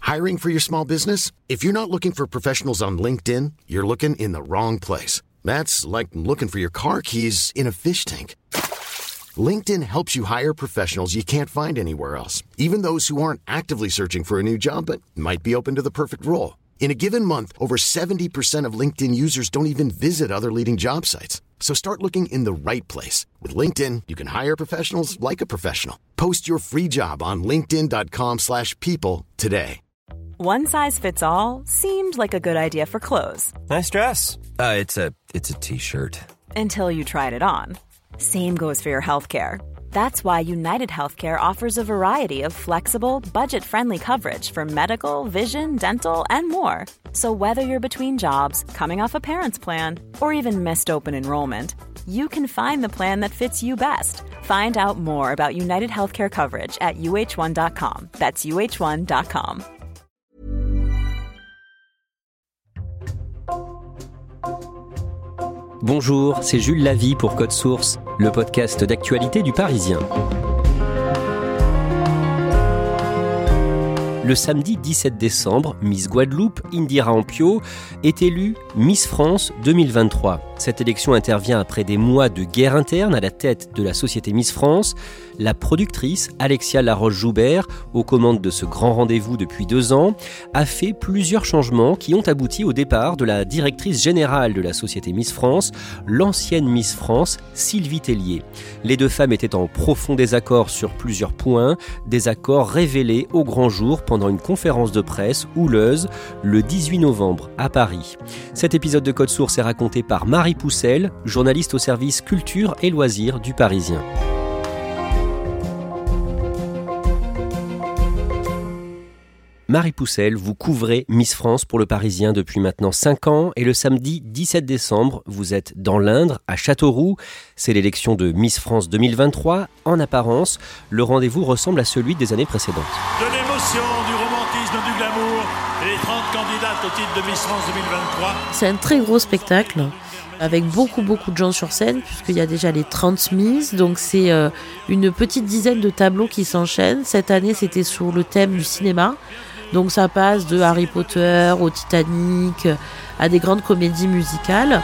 Hiring for your small business? If you're not looking for professionals on LinkedIn, you're looking in the wrong place. That's like looking for your car keys in a fish tank. LinkedIn helps you hire professionals you can't find anywhere else, even those who aren't actively searching for a new job but might be open to the perfect role. In a given month, over 70% of LinkedIn users don't even visit other leading job sites. So start looking in the right place. With LinkedIn, you can hire professionals like a professional. Post your free job on linkedin.com/people today. One size fits all seemed like a good idea for clothes. Nice dress. It's a t-shirt. Until you tried it on. Same goes for your healthcare. That's why United Healthcare offers a variety of flexible, budget-friendly coverage for medical, vision, dental, and more. So whether you're between jobs, coming off a parent's plan, or even missed open enrollment, you can find the plan that fits you best. Find out more about United Healthcare coverage at uh1.com. That's uh1.com. Bonjour, c'est Jules Lavie pour Code Source, le podcast d'actualité du Parisien. Le samedi 17 décembre, Miss Guadeloupe, Indira Ampio, est élue Miss France 2023. Cette élection intervient après des mois de guerre interne à la tête de la société Miss France. La productrice Alexia Laroche-Joubert, aux commandes de ce grand rendez-vous depuis 2 ans, a fait plusieurs changements qui ont abouti au départ de la directrice générale de la société Miss France, l'ancienne Miss France, Sylvie Tellier. Les deux femmes étaient en profond désaccord sur plusieurs points, des accords révélés au grand jour pendant une conférence de presse houleuse le 18 novembre à Paris. Cet épisode de Code Source est raconté par Marie Poussel, journaliste au service culture et loisirs du Parisien. Marie Poussel, vous couvrez Miss France pour le Parisien depuis maintenant 5 ans et le samedi 17 décembre, vous êtes dans l'Indre, à Châteauroux. C'est l'élection de Miss France 2023. En apparence, le rendez-vous ressemble à celui des années précédentes. De l'émotion, du romantisme, du glamour et les 30 candidates au titre de Miss France 2023. C'est un très gros spectacle avec beaucoup de gens sur scène puisqu'il y a déjà les 30 Miss, donc c'est une petite dizaine de tableaux qui s'enchaînent. Cette année, c'était sur le thème du cinéma. Donc ça passe de Harry Potter au Titanic à des grandes comédies musicales.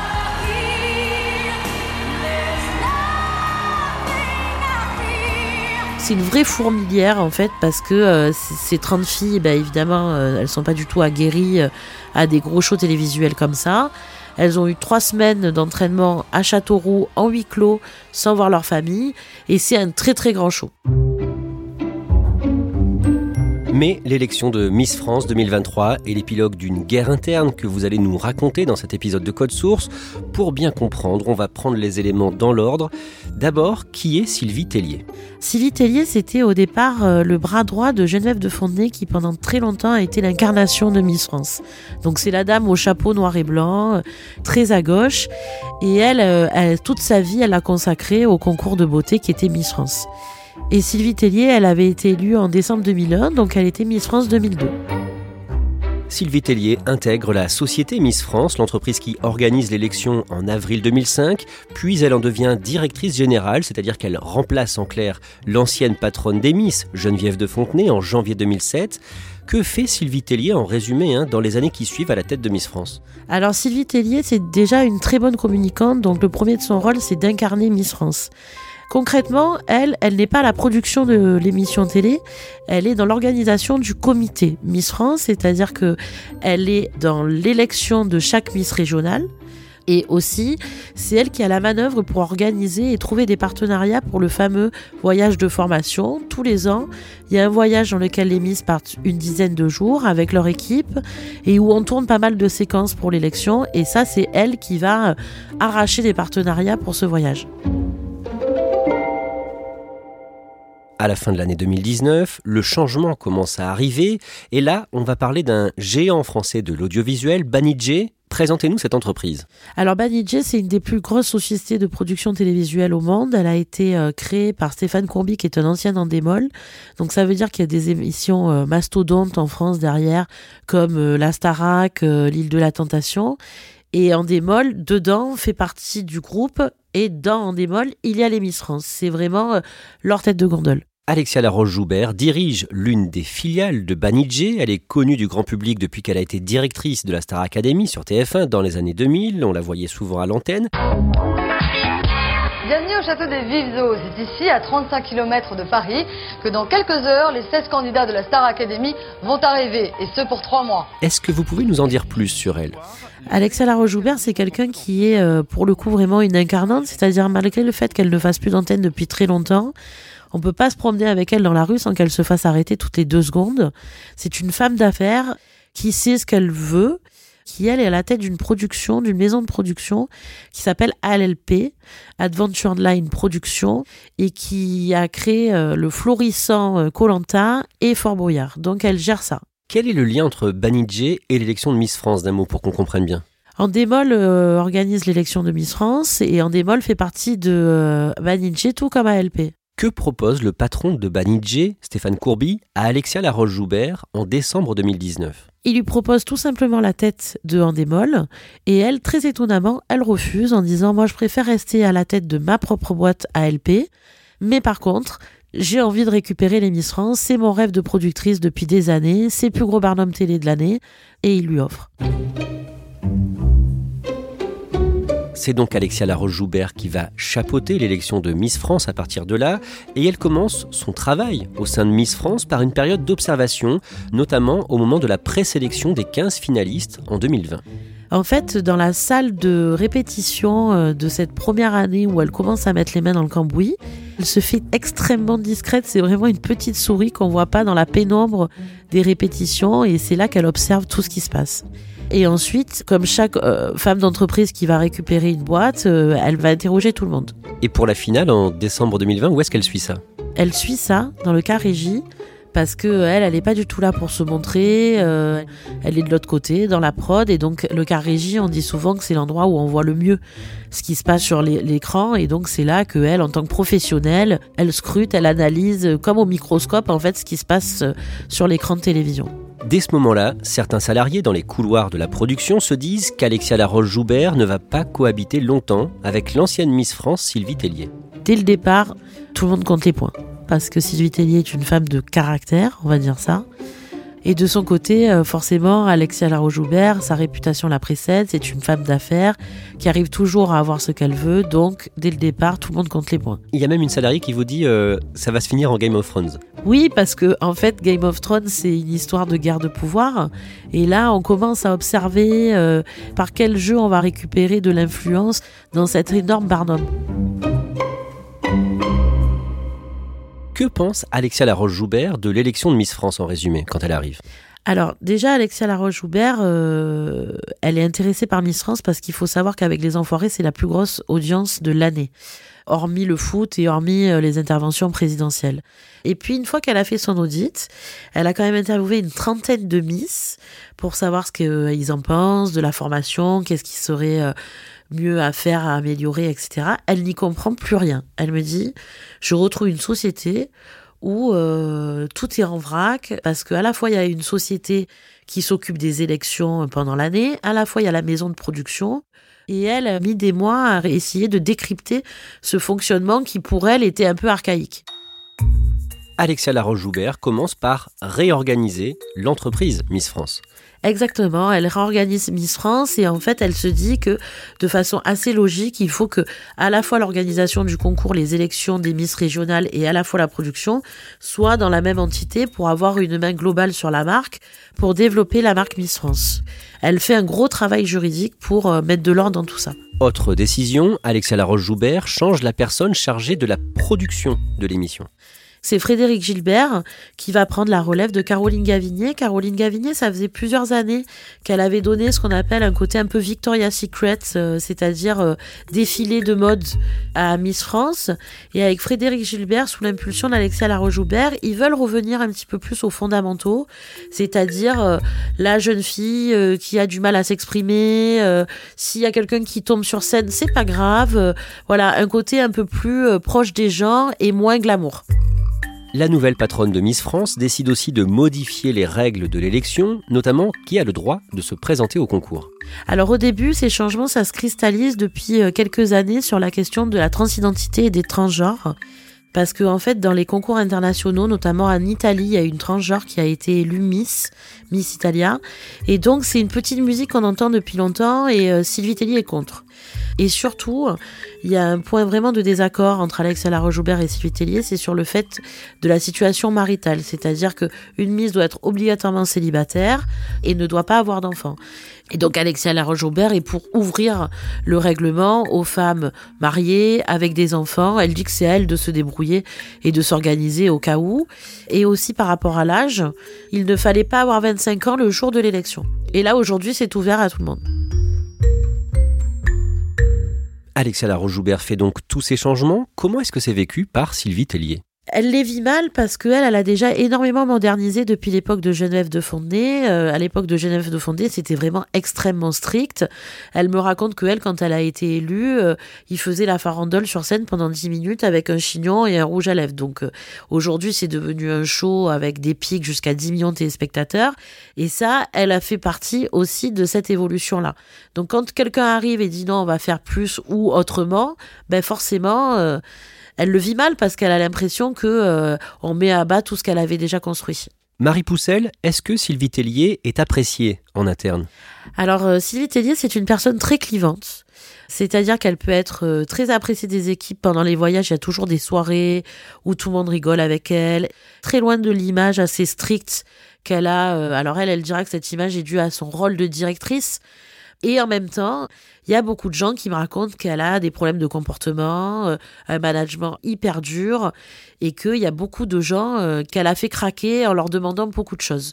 C'est une vraie fourmilière en fait parce que ces 30 filles, évidemment, elles sont pas du tout aguerries à des gros shows télévisuels comme ça. Elles ont eu 3 semaines d'entraînement à Châteauroux en huis clos sans voir leur famille et c'est un très très grand show. Mais l'élection de Miss France 2023 est l'épilogue d'une guerre interne que vous allez nous raconter dans cet épisode de Code Source. Pour bien comprendre, on va prendre les éléments dans l'ordre. D'abord, qui est Sylvie Tellier ? Sylvie Tellier, c'était au départ le bras droit de Geneviève de Fontenay qui pendant très longtemps a été l'incarnation de Miss France. Donc c'est la dame au chapeau noir et blanc, très à gauche. Et elle, toute sa vie, elle l'a consacrée au concours de beauté qui était Miss France. Et Sylvie Tellier, elle avait été élue en décembre 2001, donc elle était Miss France 2002. Sylvie Tellier intègre la société Miss France, l'entreprise qui organise l'élection en avril 2005, puis elle en devient directrice générale, c'est-à-dire qu'elle remplace en clair l'ancienne patronne des Miss, Geneviève de Fontenay, en janvier 2007. Que fait Sylvie Tellier en résumé dans les années qui suivent à la tête de Miss France ? Alors Sylvie Tellier, c'est déjà une très bonne communicante, donc le premier de son rôle, c'est d'incarner Miss France. Concrètement, elle n'est pas à la production de l'émission télé, elle est dans l'organisation du comité Miss France, c'est-à-dire qu'elle est dans l'élection de chaque Miss régionale. Et aussi, c'est elle qui a la manœuvre pour organiser et trouver des partenariats pour le fameux voyage de formation. Tous les ans, il y a un voyage dans lequel les Miss partent une dizaine de jours avec leur équipe et où on tourne pas mal de séquences pour l'élection. Et ça, c'est elle qui va arracher des partenariats pour ce voyage. À la fin de l'année 2019, le changement commence à arriver et là, on va parler d'un géant français de l'audiovisuel, Banijay. Présentez-nous cette entreprise. Alors Banijay, c'est une des plus grosses sociétés de production télévisuelle au monde. Elle a été créée par Stéphane Courby, qui est un ancien Endemol. Donc ça veut dire qu'il y a des émissions mastodontes en France derrière, comme la Starac, l'Île de la Tentation. Et Endemol, dedans, fait partie du groupe. Et dans Endemol, il y a les Miss France. C'est vraiment leur tête de gondole. Alexia Laroche-Joubert dirige l'une des filiales de Banijé. Elle est connue du grand public depuis qu'elle a été directrice de la Star Academy sur TF1 dans les années 2000. On la voyait souvent à l'antenne. Bienvenue au château des Vives Eaux. C'est ici, à 35 km de Paris, que dans quelques heures, les 16 candidats de la Star Academy vont arriver, et ce pour 3 mois. Est-ce que vous pouvez nous en dire plus sur elle ? Alexia Laroche-Joubert, c'est quelqu'un qui est pour le coup vraiment une incarnante, c'est-à-dire malgré le fait qu'elle ne fasse plus d'antenne depuis très longtemps, on peut pas se promener avec elle dans la rue sans qu'elle se fasse arrêter toutes les 2 secondes. C'est une femme d'affaires qui sait ce qu'elle veut, qui elle est à la tête d'une maison de production qui s'appelle ALP, Adventure Line Production, et qui a créé le florissant Koh-Lanta et Fort Boyard. Donc elle gère ça. Quel est le lien entre Banijé et l'élection de Miss France, d'un mot, pour qu'on comprenne bien ? Endemol organise l'élection de Miss France et Endemol fait partie de Banijé, tout comme ALP. Que propose le patron de Banijé, Stéphane Courby, à Alexia Laroche-Joubert en décembre 2019 ? Il lui propose tout simplement la tête de Endemol et elle, très étonnamment, elle refuse en disant « Moi, je préfère rester à la tête de ma propre boîte ALP, mais par contre, j'ai envie de récupérer les Miss France, c'est mon rêve de productrice depuis des années, c'est le plus gros Barnum télé de l'année » et il lui offre. C'est donc Alexia Laroche-Joubert qui va chapeauter l'élection de Miss France à partir de là, et elle commence son travail au sein de Miss France par une période d'observation, notamment au moment de la présélection des 15 finalistes en 2020. En fait, dans la salle de répétition de cette première année où elle commence à mettre les mains dans le cambouis, elle se fait extrêmement discrète. C'est vraiment une petite souris qu'on voit pas dans la pénombre des répétitions et c'est là qu'elle observe tout ce qui se passe. Et ensuite, comme chaque femme d'entreprise qui va récupérer une boîte, elle va interroger tout le monde. Et pour la finale, en décembre 2020, où est-ce qu'elle suit ça ? Elle suit ça dans le car régie, parce qu'elle n'est pas du tout là pour se montrer, elle est de l'autre côté, dans la prod, et donc le car régie, on dit souvent que c'est l'endroit où on voit le mieux ce qui se passe sur l'écran, et donc c'est là qu'elle, en tant que professionnelle, elle scrute, elle analyse, comme au microscope, en fait, ce qui se passe sur l'écran de télévision. Dès ce moment-là, certains salariés dans les couloirs de la production se disent qu'Alexia Laroche-Joubert ne va pas cohabiter longtemps avec l'ancienne Miss France Sylvie Tellier. Dès le départ, tout le monde compte les points. Parce que Sylvie Tellier est une femme de caractère, on va dire ça. Et de son côté, forcément, Alexia Laroche-Joubert, sa réputation la précède, c'est une femme d'affaires qui arrive toujours à avoir ce qu'elle veut, donc dès le départ, tout le monde compte les points. Il y a même une salariée qui vous dit ça va se finir en Game of Thrones. Oui, parce que en fait, Game of Thrones, c'est une histoire de guerre de pouvoir. Et là, on commence à observer par quel jeu on va récupérer de l'influence dans cet énorme Barnum. Que pense Alexia Laroche-Joubert de l'élection de Miss France en résumé, quand elle arrive ? Alors déjà, Alexia Laroche-Joubert, elle est intéressée par Miss France parce qu'il faut savoir qu'avec Les Enfoirés, c'est la plus grosse audience de l'année, hormis le foot et hormis les interventions présidentielles. Et puis une fois qu'elle a fait son audit, elle a quand même interviewé une 30aine de Miss pour savoir ce qu'ils en pensent, de la formation, qu'est-ce qui serait mieux à faire, à améliorer, etc. Elle n'y comprend plus rien. Elle me dit, je retrouve une société où tout est en vrac, parce qu'à la fois il y a une société qui s'occupe des élections pendant l'année, à la fois il y a la maison de production, et elle a mis des mois à essayer de décrypter ce fonctionnement qui pour elle était un peu archaïque. Alexia Laroche-Joubert commence par réorganiser l'entreprise Miss France. Exactement, elle réorganise Miss France et en fait elle se dit que de façon assez logique, il faut que à la fois l'organisation du concours, les élections des Miss régionales et à la fois la production soient dans la même entité pour avoir une main globale sur la marque, pour développer la marque Miss France. Elle fait un gros travail juridique pour mettre de l'ordre dans tout ça. Autre décision, Alexia Laroche-Joubert change la personne chargée de la production de l'émission. C'est Frédéric Gilbert qui va prendre la relève de Caroline Gavinier. Caroline Gavinier, ça faisait plusieurs années qu'elle avait donné ce qu'on appelle un côté un peu Victoria's Secret, c'est-à-dire défilé de mode à Miss France. Et avec Frédéric Gilbert, sous l'impulsion d'Alexia Laroche-Joubert, ils veulent revenir un petit peu plus aux fondamentaux, c'est-à-dire la jeune fille qui a du mal à s'exprimer, s'il y a quelqu'un qui tombe sur scène, c'est pas grave. Voilà, un côté un peu plus proche des gens et moins glamour. La nouvelle patronne de Miss France décide aussi de modifier les règles de l'élection, notamment qui a le droit de se présenter au concours. Alors au début, ces changements, ça se cristallise depuis quelques années sur la question de la transidentité et des transgenres. Parce que en fait, dans les concours internationaux, notamment en Italie, il y a une transgenre qui a été élue Miss Italia. Et donc, c'est une petite musique qu'on entend depuis longtemps et Sylvie Tellier est contre. Et surtout, il y a un point vraiment de désaccord entre Alexia Laroche-Joubert et Sylvie Tellier, c'est sur le fait de la situation maritale. C'est-à-dire qu'une Miss doit être obligatoirement célibataire et ne doit pas avoir d'enfants. Et donc Alexia Laroche-Joubert est pour ouvrir le règlement aux femmes mariées avec des enfants. Elle dit que c'est à elles de se débrouiller et de s'organiser au cas où. Et aussi par rapport à l'âge, il ne fallait pas avoir 25 ans le jour de l'élection. Et là, aujourd'hui, c'est ouvert à tout le monde. Alexia Laroche-Joubert fait donc tous ces changements. Comment est-ce que c'est vécu par Sylvie Tellier ? Elle les vit mal parce qu'elle a déjà énormément modernisé depuis l'époque de Geneviève de Fondé. À l'époque de Geneviève de Fondé, c'était vraiment extrêmement strict. Elle me raconte qu'elle, quand elle a été élue, il faisait la farandole sur scène pendant 10 minutes avec un chignon et un rouge à lèvres. Donc aujourd'hui, c'est devenu un show avec des pics jusqu'à 10 millions de téléspectateurs. Et ça, elle a fait partie aussi de cette évolution-là. Donc quand quelqu'un arrive et dit non, on va faire plus ou autrement, ben forcément... elle le vit mal parce qu'elle a l'impression qu'on met à bas tout ce qu'elle avait déjà construit. Marie Poussel, est-ce que Sylvie Tellier est appréciée en interne ? Alors, Sylvie Tellier, c'est une personne très clivante. C'est-à-dire qu'elle peut être très appréciée des équipes pendant les voyages. Il y a toujours des soirées où tout le monde rigole avec elle. Très loin de l'image assez stricte qu'elle a. Alors elle dira que cette image est due à son rôle de directrice. Et en même temps, il y a beaucoup de gens qui me racontent qu'elle a des problèmes de comportement, un management hyper dur et qu'il y a beaucoup de gens qu'elle a fait craquer en leur demandant beaucoup de choses.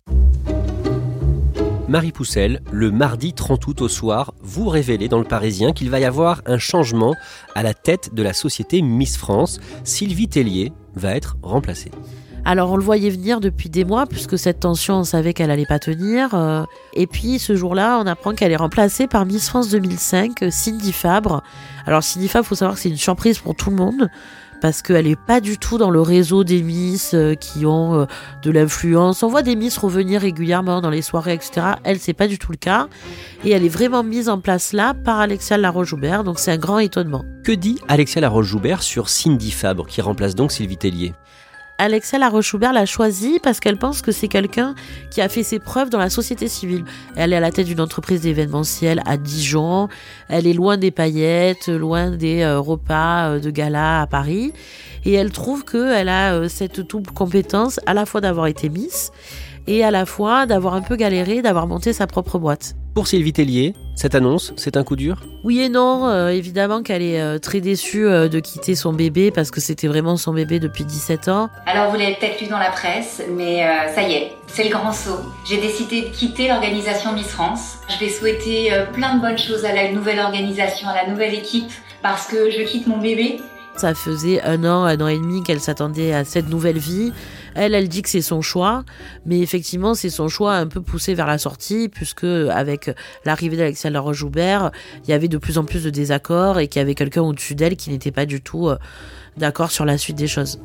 Marie Poussel, le mardi 30 août au soir, vous révélez dans Le Parisien qu'il va y avoir un changement à la tête de la société Miss France. Sylvie Tellier va être remplacée. Alors on le voyait venir depuis des mois puisque cette tension, on savait qu'elle allait pas tenir. Et puis ce jour-là, on apprend qu'elle est remplacée par Miss France 2005, Cindy Fabre. Alors Cindy Fabre, faut savoir que c'est une surprise pour tout le monde parce qu'elle est pas du tout dans le réseau des Miss qui ont de l'influence. On voit des Miss revenir régulièrement dans les soirées, etc. Elle, c'est pas du tout le cas. Et elle est vraiment mise en place là par Alexia Laroche-Joubert, donc c'est un grand étonnement. Que dit Alexia Laroche-Joubert sur Cindy Fabre qui remplace donc Sylvie Tellier ? Alexia Laroche-Joubert l'a choisie parce qu'elle pense que c'est quelqu'un qui a fait ses preuves dans la société civile. Elle est à la tête d'une entreprise d'événementiel à Dijon. Elle est loin des paillettes, loin des repas de gala à Paris. Et elle trouve qu'elle a cette double compétence à la fois d'avoir été Miss et à la fois d'avoir un peu galéré, d'avoir monté sa propre boîte. Pour Sylvie Tellier, cette annonce, c'est un coup dur ? Oui et non, évidemment qu'elle est très déçue de quitter son bébé parce que c'était vraiment son bébé depuis 17 ans. Alors vous l'avez peut-être lu dans la presse, mais ça y est, c'est le grand saut. J'ai décidé de quitter l'organisation Miss France. Je vais souhaiter plein de bonnes choses à la nouvelle organisation, à la nouvelle équipe, parce que je quitte mon bébé. Ça faisait un an et demi qu'elle s'attendait à cette nouvelle vie. Elle dit que c'est son choix, mais effectivement, c'est son choix un peu poussé vers la sortie, puisque avec l'arrivée d'Alexia Laroche-Joubert, il y avait de plus en plus de désaccords et qu'il y avait quelqu'un au-dessus d'elle qui n'était pas du tout d'accord sur la suite des choses.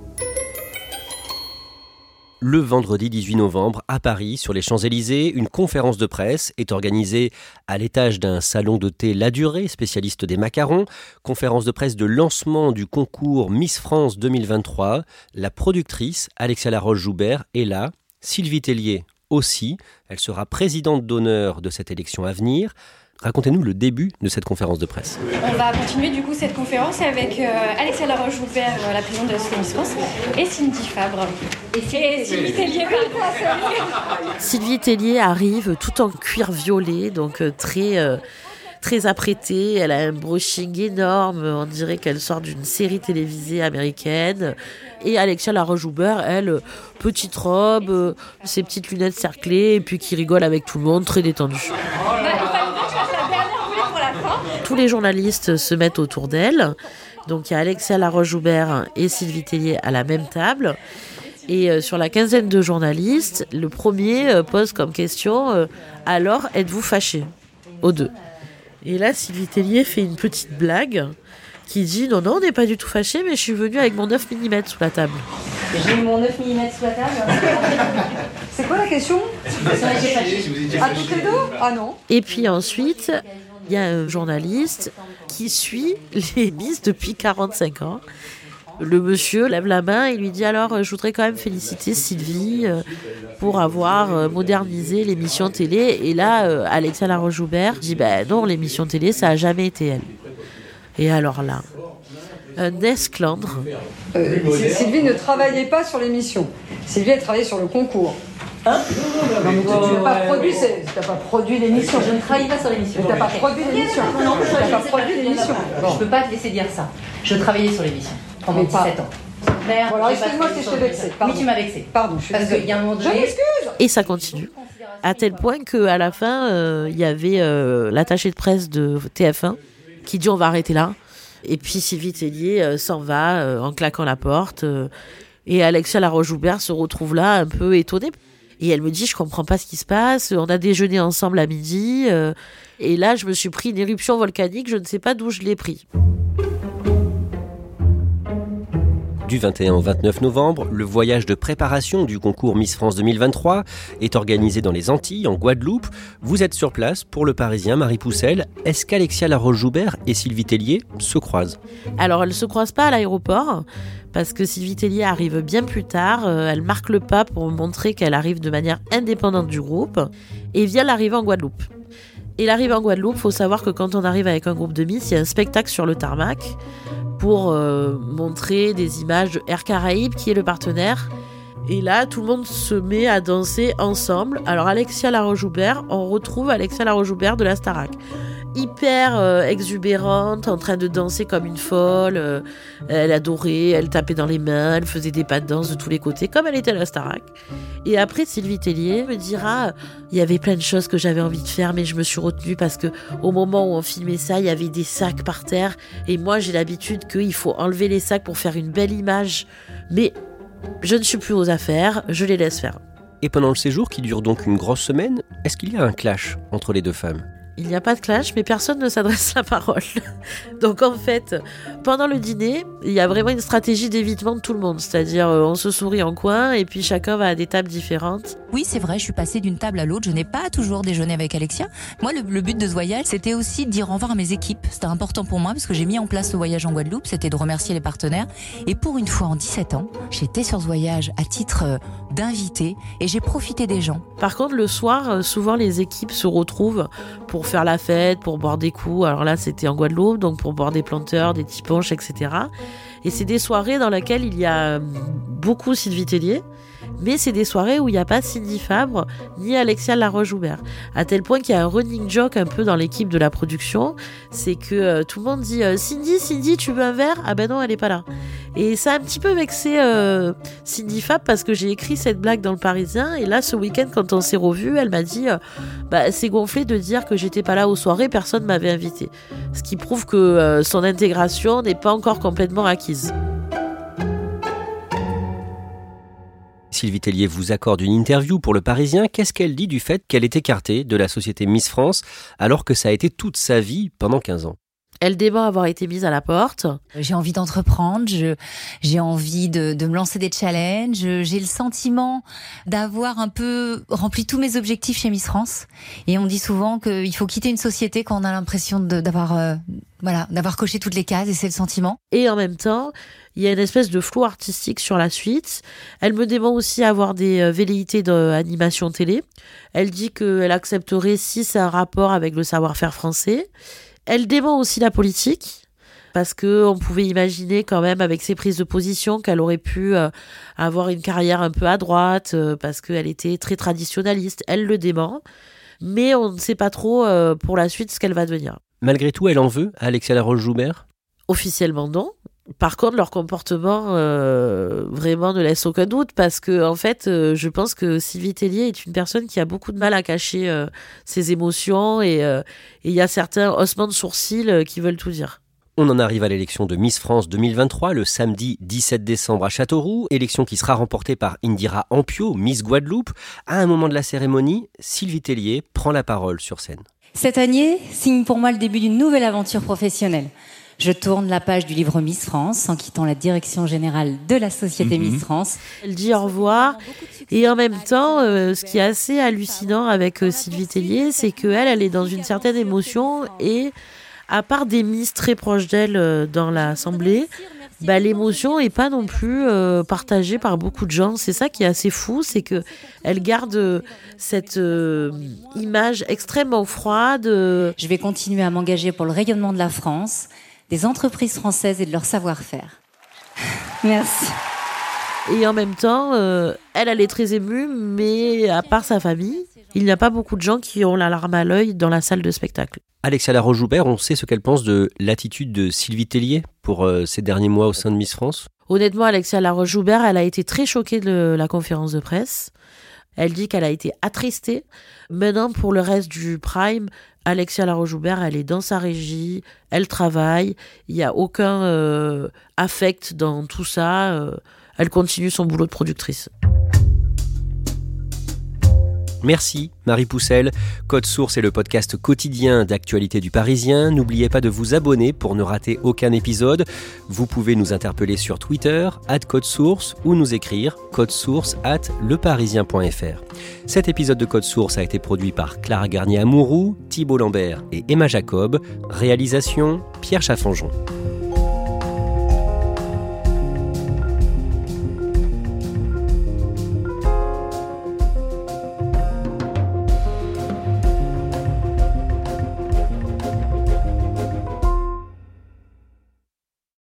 Le vendredi 18 novembre, à Paris, sur les Champs-Élysées, une conférence de presse est organisée à l'étage d'un salon de thé Ladurée, spécialiste des macarons. Conférence de presse de lancement du concours Miss France 2023. La productrice, Alexia Laroche-Joubert, est là. Sylvie Tellier aussi. Elle sera présidente d'honneur de cette élection à venir. Racontez-nous le début de cette conférence de presse. On va continuer du coup cette conférence avec Alexia Laroche-Joubert, la présidente de la Miss France, et Cindy Fabre. Et Sylvie Tellier, Sylvie Tellier arrive tout en cuir violet, donc très apprêtée. Elle a un brushing énorme, on dirait qu'elle sort d'une série télévisée américaine. Et Alexia Laroche-Joubert, elle, petite robe, ses petites lunettes cerclées, et puis qui rigole avec tout le monde, très détendue. Tous les journalistes se mettent autour d'elle. Donc il y a Alexia Laroche-Joubert et Sylvie Tellier à la même table. Et sur la quinzaine de journalistes, le premier pose comme question « Alors, êtes-vous fâchés ?» aux deux. Et là, Sylvie Tellier fait une petite blague qui dit « Non, on n'est pas du tout fâchés, mais je suis venue avec mon 9 mm sous la table. » J'ai mis mon 9 mm sous la table. C'est quoi la question ? À toutes les deux ? Ah non. Et puis ensuite, il y a un journaliste qui suit les Miss depuis 45 ans Le monsieur lève la main et lui dit alors je voudrais quand même féliciter Sylvie pour avoir modernisé l'émission télé. Et là, Alexia Laroche-Joubert dit non, l'émission télé, ça a jamais été elle. Et alors là, un esclandre. Sylvie ne travaillait pas sur l'émission. Sylvie, elle travaillait sur le concours. Non, mais tu n'as pas produit l'émission. Je ne travaille pas sur l'émission. Tu n'as pas produit l'émission. Non, tu n'as pas produit l'émission. Je ne peux pas te laisser dire ça. Je travaillais sur l'émission pendant 17 ans. Merde, voilà, excuse-moi si je t'ai vexé. Oui, tu m'as vexé. Pardon, je suis désolée. Parce qu'il y a un moment donné... Je m'excuse. Et ça continue. À tel point qu'à la fin, il y avait l'attaché de presse de TF1 qui dit on va arrêter là. Et puis Sylvie Tellier s'en va en claquant la porte. Et Alexia Laroche-Joubert se retrouve là un peu étonnée. Et elle me dit, je comprends pas ce qui se passe, on a déjeuné ensemble à midi. Et là, je me suis pris une éruption volcanique, je ne sais pas d'où je l'ai pris. Du 21 au 29 novembre, le voyage de préparation du concours Miss France 2023 est organisé dans les Antilles, en Guadeloupe. Vous êtes sur place pour Le Parisien, Marie Poussel. Est-ce qu'Alexia Laroche-Joubert et Sylvie Tellier se croisent ? Alors, elles ne se croisent pas à l'aéroport, parce que Sylvie Tellier arrive bien plus tard. Elle marque le pas pour montrer qu'elle arrive de manière indépendante du groupe et vient l'arrivée en Guadeloupe. Et l'arrivée en Guadeloupe, il faut savoir que quand on arrive avec un groupe de Miss, il y a un spectacle sur le tarmac pour montrer des images de Air Caraïbes, qui est le partenaire. Et là, tout le monde se met à danser ensemble. Alors Alexia Laroche-Joubert, on retrouve Alexia Laroche-Joubert de la Starac. Hyper exubérante, en train de danser comme une folle. Elle adorait, elle tapait dans les mains, elle faisait des pas de danse de tous les côtés, comme elle était à la Starac. Et après, Sylvie Tellier me dira, il y avait plein de choses que j'avais envie de faire, mais je me suis retenue parce que au moment où on filmait ça, il y avait des sacs par terre. Et moi, j'ai l'habitude qu'il faut enlever les sacs pour faire une belle image. Mais je ne suis plus aux affaires, je les laisse faire. Et pendant le séjour, qui dure donc une grosse semaine, est-ce qu'il y a un clash entre les deux femmes ? Il n'y a pas de clash, mais personne ne s'adresse la parole. Donc en fait, pendant le dîner, il y a vraiment une stratégie d'évitement de tout le monde. C'est-à-dire, on se sourit en coin et puis chacun va à des tables différentes. Oui, c'est vrai, je suis passée d'une table à l'autre. Je n'ai pas toujours déjeuné avec Alexia. Moi, le but de ce voyage, c'était aussi de dire au revoir à mes équipes. C'était important pour moi parce que j'ai mis en place ce voyage en Guadeloupe. C'était de remercier les partenaires. Et pour une fois, en 17 ans, j'étais sur ce voyage à titre d'invité et j'ai profité des gens. Par contre, le soir, souvent les équipes se retrouvent pour faire la fête, pour boire des coups. Alors là, c'était en Guadeloupe, donc pour boire des planteurs, des petits punch, etc. Et c'est des soirées dans lesquelles il y a beaucoup Sylvie Tellier, mais c'est des soirées où il n'y a pas Cindy Fabre ni Alexia Laroche-Joubert. À tel point qu'il y a un running joke un peu dans l'équipe de la production, c'est que tout le monde dit Cindy, tu veux un verre ? Ah ben non, elle n'est pas là. Et ça a un petit peu vexé Cindy Fabre parce que j'ai écrit cette blague dans Le Parisien et là ce week-end quand on s'est revus, elle m'a dit c'est gonflé de dire que j'étais pas là aux soirées, personne m'avait invité. Ce qui prouve que son intégration n'est pas encore complètement acquise. Sylvie Tellier vous accorde une interview pour Le Parisien. Qu'est-ce qu'elle dit du fait qu'elle est écartée de la société Miss France alors que ça a été toute sa vie pendant 15 ans ? Elle dément avoir été mise à la porte. J'ai envie d'entreprendre, j'ai envie de me lancer des challenges, j'ai le sentiment d'avoir un peu rempli tous mes objectifs chez Miss France. Et on dit souvent qu'il faut quitter une société quand on a l'impression d'avoir coché toutes les cases, et c'est le sentiment. Et en même temps, il y a une espèce de flou artistique sur la suite. Elle me dément aussi avoir des velléités d'animation télé. Elle dit qu'elle accepterait si c'est un rapport avec le savoir-faire français. Elle dément aussi la politique, parce qu'on pouvait imaginer quand même avec ses prises de position qu'elle aurait pu avoir une carrière un peu à droite, parce qu'elle était très traditionnaliste. Elle le dément, mais on ne sait pas trop pour la suite ce qu'elle va devenir. Malgré tout, elle en veut à Alexia Laroche-Joubert ? Officiellement non. Par contre, leur comportement vraiment ne laisse aucun doute parce que, en fait, je pense que Sylvie Tellier est une personne qui a beaucoup de mal à cacher ses émotions et il y a certains haussements de sourcils qui veulent tout dire. On en arrive à l'élection de Miss France 2023, le samedi 17 décembre à Châteauroux, élection qui sera remportée par Indira Ampio, Miss Guadeloupe. À un moment de la cérémonie, Sylvie Tellier prend la parole sur scène. Cette année signe pour moi le début d'une nouvelle aventure professionnelle. Je tourne la page du livre Miss France en quittant la direction générale de la société Miss France. Elle dit au revoir et en même temps, ce qui est assez hallucinant avec Sylvie Tellier, c'est qu'elle est dans une certaine émotion et à part des Miss très proches d'elle dans l'Assemblée, l'émotion est pas non plus partagée par beaucoup de gens. C'est ça qui est assez fou, c'est que elle garde cette image extrêmement froide. Je vais continuer à m'engager pour le rayonnement de la France, des entreprises françaises et de leur savoir-faire. Merci. Et en même temps, elle est très émue, mais à part sa famille, il n'y a pas beaucoup de gens qui ont la larme à l'œil dans la salle de spectacle. Alexia Laroche-Joubert, on sait ce qu'elle pense de l'attitude de Sylvie Tellier pour ces derniers mois au sein de Miss France. Honnêtement, Alexia Laroche-Joubert, elle a été très choquée de la conférence de presse. Elle dit qu'elle a été attristée. Maintenant, pour le reste du prime, Alexia Laroche-Joubert, elle est dans sa régie, elle travaille, il n'y a aucun affect dans tout ça. Elle continue son boulot de productrice. Merci Marie Poussel. Code Source est le podcast quotidien d'actualité du Parisien. N'oubliez pas de vous abonner pour ne rater aucun épisode. Vous pouvez nous interpeller sur Twitter @codesource ou nous écrire codesource@leparisien.fr. Cet épisode de Code Source a été produit par Clara Garnier-Amouroux, Thibault Lambert et Emma Jacob. Réalisation Pierre Chaffanjon.